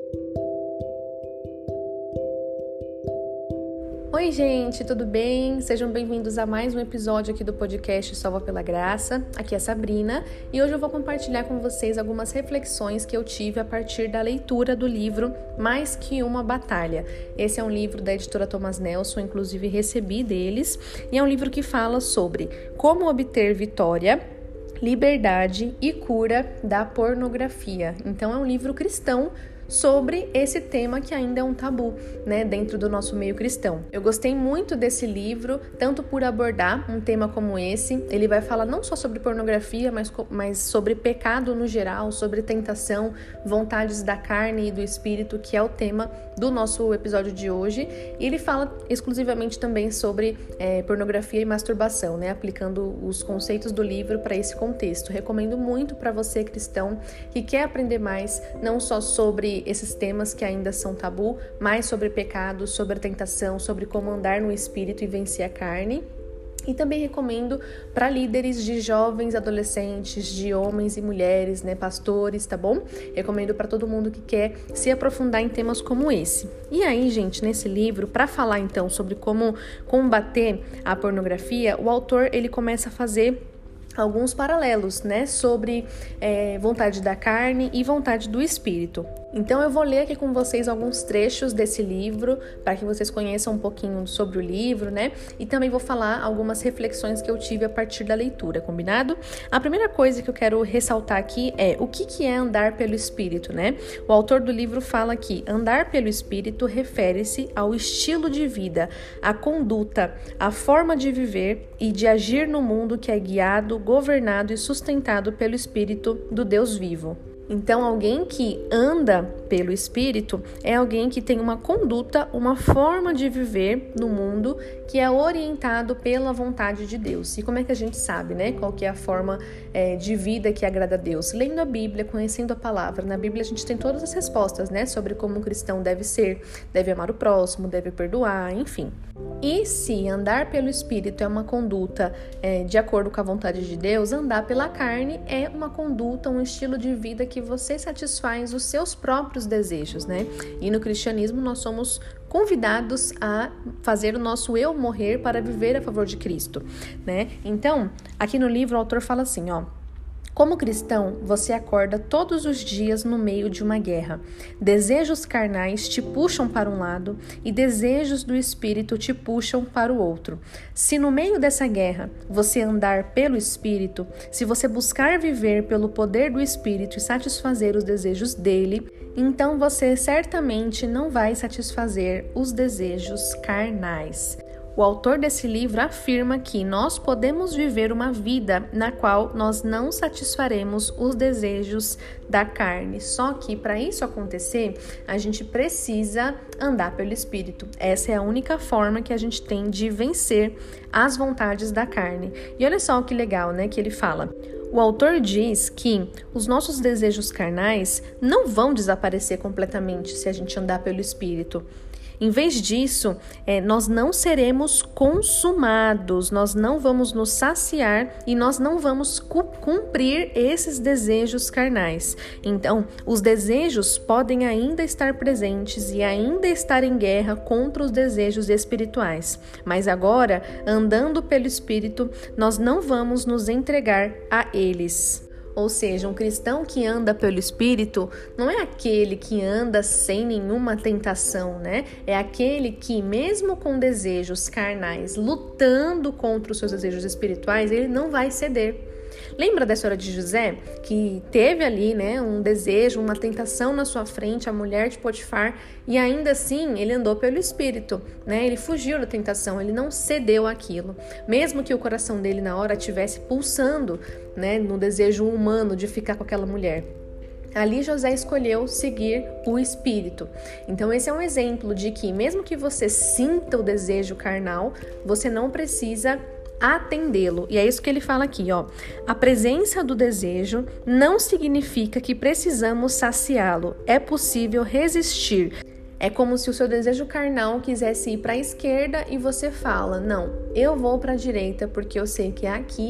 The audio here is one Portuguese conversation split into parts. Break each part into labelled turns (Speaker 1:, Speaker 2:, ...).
Speaker 1: Oi gente, tudo bem? Sejam bem-vindos a mais um episódio aqui do podcast Salva pela Graça. Aqui é a Sabrina e hoje eu vou compartilhar com vocês algumas reflexões que eu tive a partir da leitura do livro Mais Que Uma Batalha. Esse é um livro da editora Thomas Nelson, inclusive recebi deles, e é um livro que fala sobre como obter vitória, liberdade e cura da pornografia. Então é um livro cristão sobre esse tema que ainda é um tabu, né, dentro do nosso meio cristão. Eu gostei muito desse livro, tanto por abordar um tema como esse. Ele vai falar não só sobre pornografia, mas sobre pecado no geral, sobre tentação, vontades da carne e do espírito, que é o tema do nosso episódio de hoje. E ele fala exclusivamente também sobre pornografia e masturbação, né, aplicando os conceitos do livro para esse contexto. Recomendo muito para você, cristão, que quer aprender mais, não só sobre esses temas que ainda são tabu, mas sobre pecado, sobre tentação, sobre como andar no espírito e vencer a carne. E também recomendo para líderes de jovens, adolescentes, de homens e mulheres, né, pastores, tá bom? Recomendo para todo mundo que quer se aprofundar em temas como esse. E aí, gente, nesse livro, para falar então sobre como combater a pornografia, o autor ele começa a fazer alguns paralelos, né, sobre vontade da carne e vontade do espírito. Então eu vou ler aqui com vocês alguns trechos desse livro para que vocês conheçam um pouquinho sobre o livro, né? E também vou falar algumas reflexões que eu tive a partir da leitura, combinado? A primeira coisa que eu quero ressaltar aqui é o que é andar pelo espírito, né? O autor do livro fala que andar pelo espírito refere-se ao estilo de vida, à conduta, à forma de viver e de agir no mundo que é guiado, governado e sustentado pelo espírito do Deus vivo. Então, alguém que anda pelo Espírito é alguém que tem uma conduta, uma forma de viver no mundo que é orientado pela vontade de Deus. E como é que a gente sabe, né? Qual que é a forma de vida que agrada a Deus? Lendo a Bíblia, conhecendo a palavra. Na Bíblia a gente tem todas as respostas, né? Sobre como um cristão deve ser, deve amar o próximo, deve perdoar, enfim. E se andar pelo Espírito é uma conduta de acordo com a vontade de Deus, andar pela carne é uma conduta, um estilo de vida que você satisfaz os seus próprios desejos, né? E no cristianismo nós somos convidados a fazer o nosso eu morrer para viver a favor de Cristo, né? Então, aqui no livro o autor fala assim, ó: como cristão, você acorda todos os dias no meio de uma guerra. Desejos carnais te puxam para um lado e desejos do espírito te puxam para o outro. Se no meio dessa guerra você andar pelo espírito, se você buscar viver pelo poder do espírito e satisfazer os desejos dele, então você certamente não vai satisfazer os desejos carnais. O autor desse livro afirma que nós podemos viver uma vida na qual nós não satisfaremos os desejos da carne. Só que para isso acontecer, a gente precisa andar pelo Espírito. Essa é a única forma que a gente tem de vencer as vontades da carne. E olha só que legal, né, que ele fala. O autor diz que os nossos desejos carnais não vão desaparecer completamente se a gente andar pelo Espírito. Em vez disso, nós não seremos consumados, nós não vamos nos saciar e nós não vamos cumprir esses desejos carnais. Então, os desejos podem ainda estar presentes e ainda estar em guerra contra os desejos espirituais. Mas agora, andando pelo Espírito, nós não vamos nos entregar a eles. Ou seja, um cristão que anda pelo Espírito não é aquele que anda sem nenhuma tentação, né? É aquele que, mesmo com desejos carnais, lutando contra os seus desejos espirituais, ele não vai ceder. Lembra da história de José, que teve ali, né, um desejo, uma tentação na sua frente, a mulher de Potifar, e ainda assim ele andou pelo Espírito, né? Ele fugiu da tentação, ele não cedeu àquilo. Mesmo que o coração dele na hora estivesse pulsando, né, no desejo humano de ficar com aquela mulher. Ali José escolheu seguir o Espírito. Então esse é um exemplo de que mesmo que você sinta o desejo carnal, você não precisa atendê-lo. E é isso que ele fala aqui, ó. A presença do desejo não significa que precisamos saciá-lo. É possível resistir. É como se o seu desejo carnal quisesse ir para a esquerda e você fala, não, eu vou para a direita porque eu sei que é aqui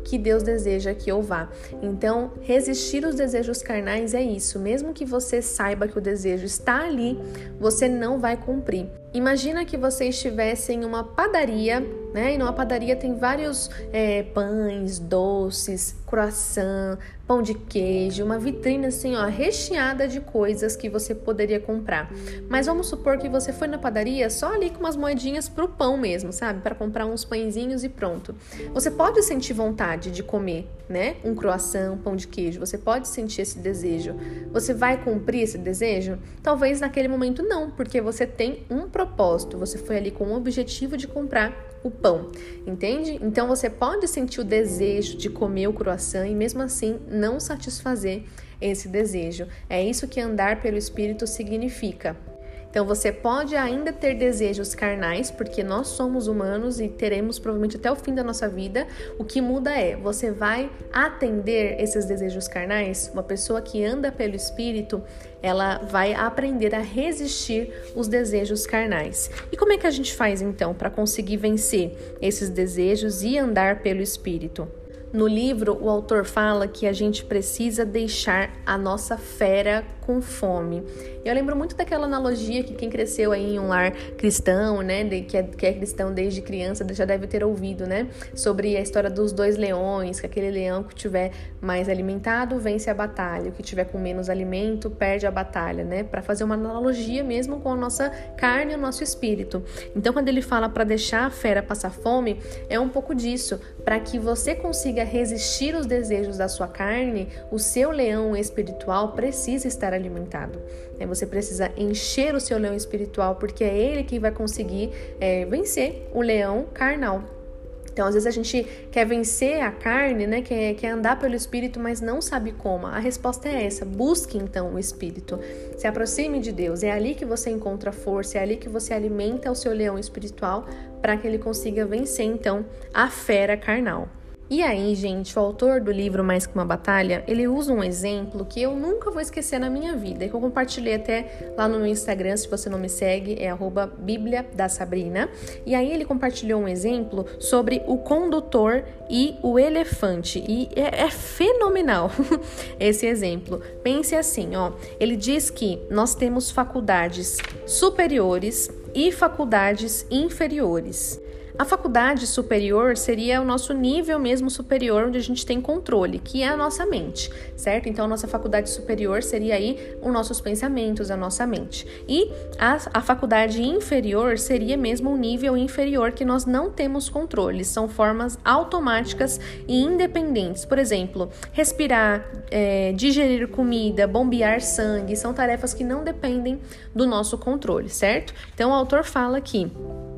Speaker 1: que Deus deseja que eu vá. Então, resistir os desejos carnais é isso. Mesmo que você saiba que o desejo está ali, você não vai cumprir. Imagina que você estivesse em uma padaria, né? E numa padaria tem vários pães, doces, croissant, pão de queijo, uma vitrine assim, ó, recheada de coisas que você poderia comprar. Mas vamos supor que você foi na padaria só ali com umas moedinhas pro pão mesmo, sabe? Para comprar uns pãezinhos e pronto. Você pode sentir vontade de comer, né? Um croissant, um pão de queijo. Você pode sentir esse desejo. Você vai cumprir esse desejo? Talvez naquele momento não, porque você tem um propósito. Você foi ali com o objetivo de comprar o pão, entende? Então você pode sentir o desejo de comer o croissant e mesmo assim não satisfazer esse desejo. É isso que andar pelo Espírito significa. Então você pode ainda ter desejos carnais, porque nós somos humanos e teremos provavelmente até o fim da nossa vida. O que muda é, você vai atender esses desejos carnais? Uma pessoa que anda pelo Espírito, ela vai aprender a resistir os desejos carnais. E como é que a gente faz então para conseguir vencer esses desejos e andar pelo Espírito? No livro, o autor fala que a gente precisa deixar a nossa fera com fome. Eu lembro muito daquela analogia que quem cresceu aí em um lar cristão, né, que é cristão desde criança, já deve ter ouvido, né, sobre a história dos 2 leões, que aquele leão que tiver mais alimentado vence a batalha, o que tiver com menos alimento perde a batalha, né, para fazer uma analogia mesmo com a nossa carne e o nosso espírito. Então, quando ele fala para deixar a fera passar fome, é um pouco disso, para que você consiga resistir os desejos da sua carne, o seu leão espiritual precisa estar alimentado. Você precisa encher o seu leão espiritual, porque é ele que vai conseguir vencer o leão carnal. Então, às vezes a gente quer vencer a carne, né? Quer andar pelo Espírito, mas não sabe como. A resposta é essa: busque então o Espírito. Se aproxime de Deus. É ali que você encontra força, é ali que você alimenta o seu leão espiritual para que ele consiga vencer então a fera carnal. E aí, gente, o autor do livro Mais Que Uma Batalha, ele usa um exemplo que eu nunca vou esquecer na minha vida, que eu compartilhei até lá no meu Instagram, se você não me segue, é @BíbliaDaSabrina. E aí ele compartilhou um exemplo sobre o condutor e o elefante, e é fenomenal esse exemplo. Pense assim, ó, ele diz que nós temos faculdades superiores e faculdades inferiores. A faculdade superior seria o nosso nível mesmo superior, onde a gente tem controle, que é a nossa mente, certo? Então, a nossa faculdade superior seria aí os nossos pensamentos, a nossa mente. E a faculdade inferior seria mesmo um nível inferior que nós não temos controle. São formas automáticas e independentes. Por exemplo, respirar, digerir comida, bombear sangue, são tarefas que não dependem do nosso controle, certo? Então, o autor fala que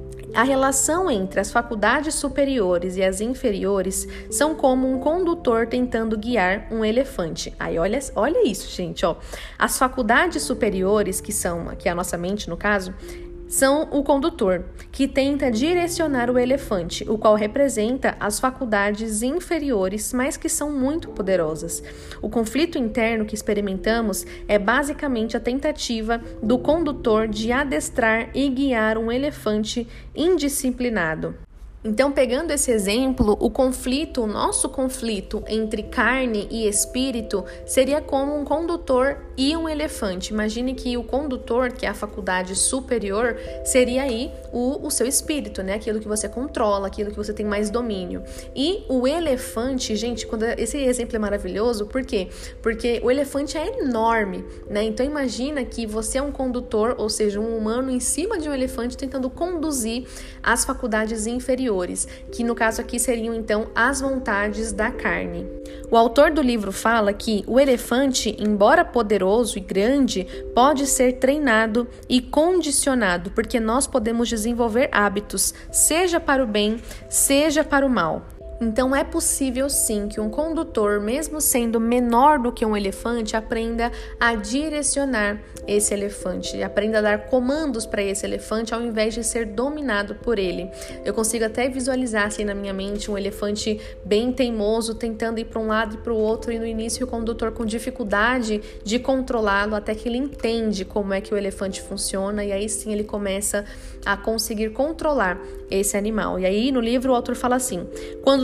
Speaker 1: a relação entre as faculdades superiores e as inferiores são como um condutor tentando guiar um elefante. Aí olha isso, gente, ó. As faculdades superiores, que é a nossa mente no caso, são o condutor, que tenta direcionar o elefante, o qual representa as faculdades inferiores, mas que são muito poderosas. O conflito interno que experimentamos é basicamente a tentativa do condutor de adestrar e guiar um elefante indisciplinado. Então, pegando esse exemplo, o nosso conflito entre carne e espírito seria como um condutor e um elefante. Imagine que o condutor, que é a faculdade superior, seria aí o seu espírito, né? Aquilo que você controla, aquilo que você tem mais domínio. E o elefante, gente, esse exemplo é maravilhoso, por quê? Porque o elefante é enorme, né? Então, imagina que você é um condutor, ou seja, um humano em cima de um elefante tentando conduzir as faculdades inferiores, que no caso aqui seriam então as vontades da carne. O autor do livro fala que o elefante, embora poderoso e grande, pode ser treinado e condicionado, porque nós podemos desenvolver hábitos, seja para o bem, seja para o mal. Então é possível sim que um condutor, mesmo sendo menor do que um elefante, aprenda a direcionar esse elefante, aprenda a dar comandos para esse elefante ao invés de ser dominado por ele. Eu consigo até visualizar assim na minha mente um elefante bem teimoso tentando ir para um lado e para o outro, e no início o condutor com dificuldade de controlá-lo até que ele entende como é que o elefante funciona, e aí sim ele começa a conseguir controlar esse animal. E aí no livro o autor fala assim: quando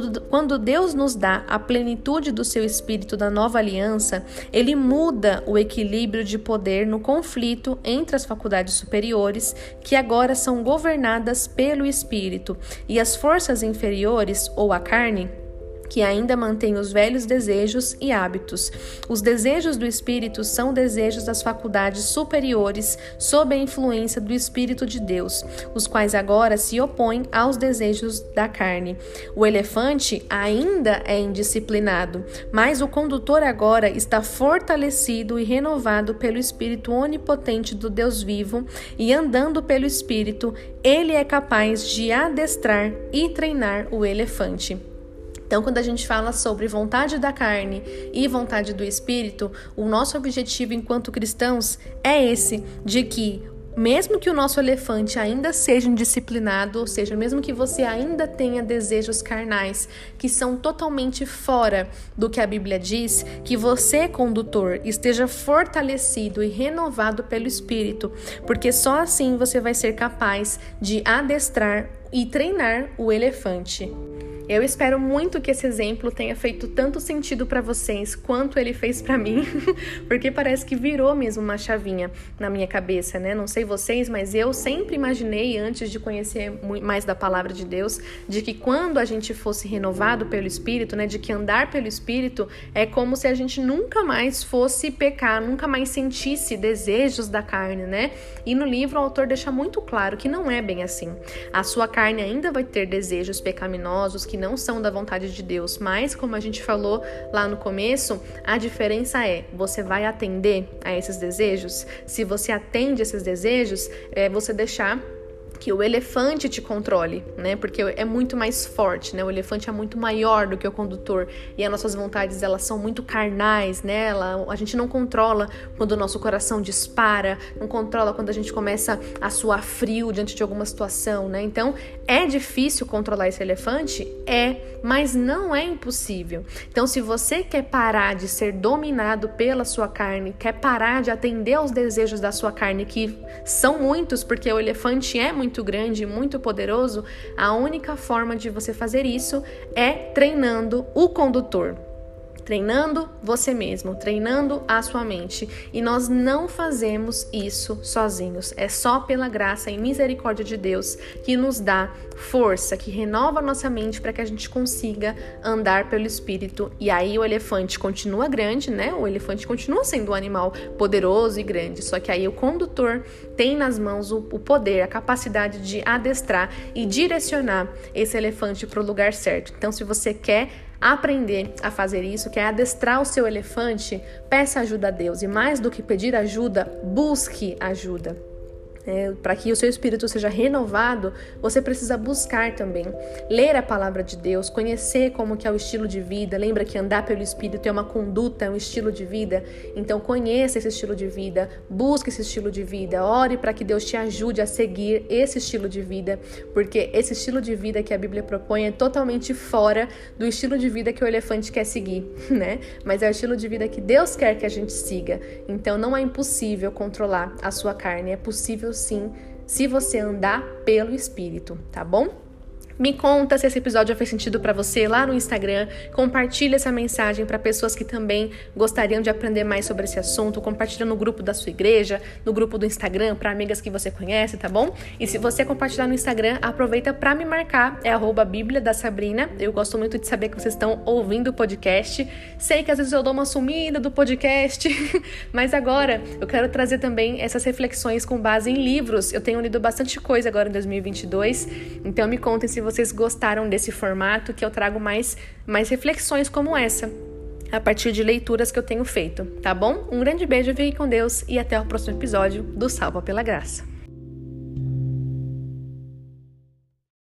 Speaker 1: quando Deus nos dá a plenitude do seu Espírito da nova aliança, Ele muda o equilíbrio de poder no conflito entre as faculdades superiores, que agora são governadas pelo Espírito, e as forças inferiores, ou a carne, que ainda mantém os velhos desejos e hábitos. Os desejos do Espírito são desejos das faculdades superiores sob a influência do Espírito de Deus, os quais agora se opõem aos desejos da carne. O elefante ainda é indisciplinado, mas o condutor agora está fortalecido e renovado pelo Espírito onipotente do Deus vivo, e andando pelo Espírito, ele é capaz de adestrar e treinar o elefante. Então, quando a gente fala sobre vontade da carne e vontade do Espírito, o nosso objetivo enquanto cristãos é esse, de que mesmo que o nosso elefante ainda seja indisciplinado, ou seja, mesmo que você ainda tenha desejos carnais que são totalmente fora do que a Bíblia diz, que você, condutor, esteja fortalecido e renovado pelo Espírito, porque só assim você vai ser capaz de adestrar e treinar o elefante. Eu espero muito que esse exemplo tenha feito tanto sentido para vocês quanto ele fez para mim, porque parece que virou mesmo uma chavinha na minha cabeça, né? Não sei vocês, mas eu sempre imaginei, antes de conhecer mais da palavra de Deus, de que quando a gente fosse renovado pelo Espírito, né, de que andar pelo Espírito é como se a gente nunca mais fosse pecar, nunca mais sentisse desejos da carne, né? E no livro o autor deixa muito claro que não é bem assim. A sua carne ainda vai ter desejos pecaminosos que não são da vontade de Deus, mas como a gente falou lá no começo, a diferença é, você vai atender a esses desejos? Se você atende esses desejos, você deixar que o elefante te controle, né? Porque é muito mais forte, né? O elefante é muito maior do que o condutor e as nossas vontades, elas são muito carnais, né? A gente não controla quando o nosso coração dispara, não controla quando a gente começa a suar frio diante de alguma situação, né? Então, é difícil controlar esse elefante? Mas não é impossível. Então, se você quer parar de ser dominado pela sua carne, quer parar de atender aos desejos da sua carne, que são muitos, porque o elefante é muito grande, muito poderoso, a única forma de você fazer isso é treinando o condutor. Treinando você mesmo, treinando a sua mente. E nós não fazemos isso sozinhos. É só pela graça e misericórdia de Deus que nos dá força, que renova a nossa mente para que a gente consiga andar pelo Espírito. E aí o elefante continua grande, né? O elefante continua sendo um animal poderoso e grande. Só que aí o condutor tem nas mãos o poder, a capacidade de adestrar e direcionar esse elefante para o lugar certo. Então, se você quer aprender a fazer isso, quer adestrar o seu elefante, peça ajuda a Deus. E mais do que pedir ajuda, busque ajuda. Para que o seu espírito seja renovado, você precisa buscar também, ler a palavra de Deus, conhecer como que é o estilo de vida. Lembra que andar pelo Espírito é uma conduta, é um estilo de vida? Então conheça esse estilo de vida, busque esse estilo de vida, ore para que Deus te ajude a seguir esse estilo de vida, porque esse estilo de vida que a Bíblia propõe é totalmente fora do estilo de vida que o elefante quer seguir, né? Mas é o estilo de vida que Deus quer que a gente siga. Então não é impossível controlar a sua carne, é possível sim, se você andar pelo Espírito, tá bom? Me conta se esse episódio já fez sentido para você lá no Instagram. Compartilha essa mensagem para pessoas que também gostariam de aprender mais sobre esse assunto. Compartilha no grupo da sua igreja, no grupo do Instagram, para amigas que você conhece, tá bom? E se você compartilhar no Instagram, aproveita para me marcar, é @BíbliaDaSabrina. Eu gosto muito de saber que vocês estão ouvindo o podcast. Sei que às vezes eu dou uma sumida do podcast, mas agora eu quero trazer também essas reflexões com base em livros. Eu tenho lido bastante coisa agora em 2022, então me contem se vocês gostaram desse formato, que eu trago mais reflexões como essa, a partir de leituras que eu tenho feito, tá bom? Um grande beijo, fique com Deus e até o próximo episódio do Salva pela Graça.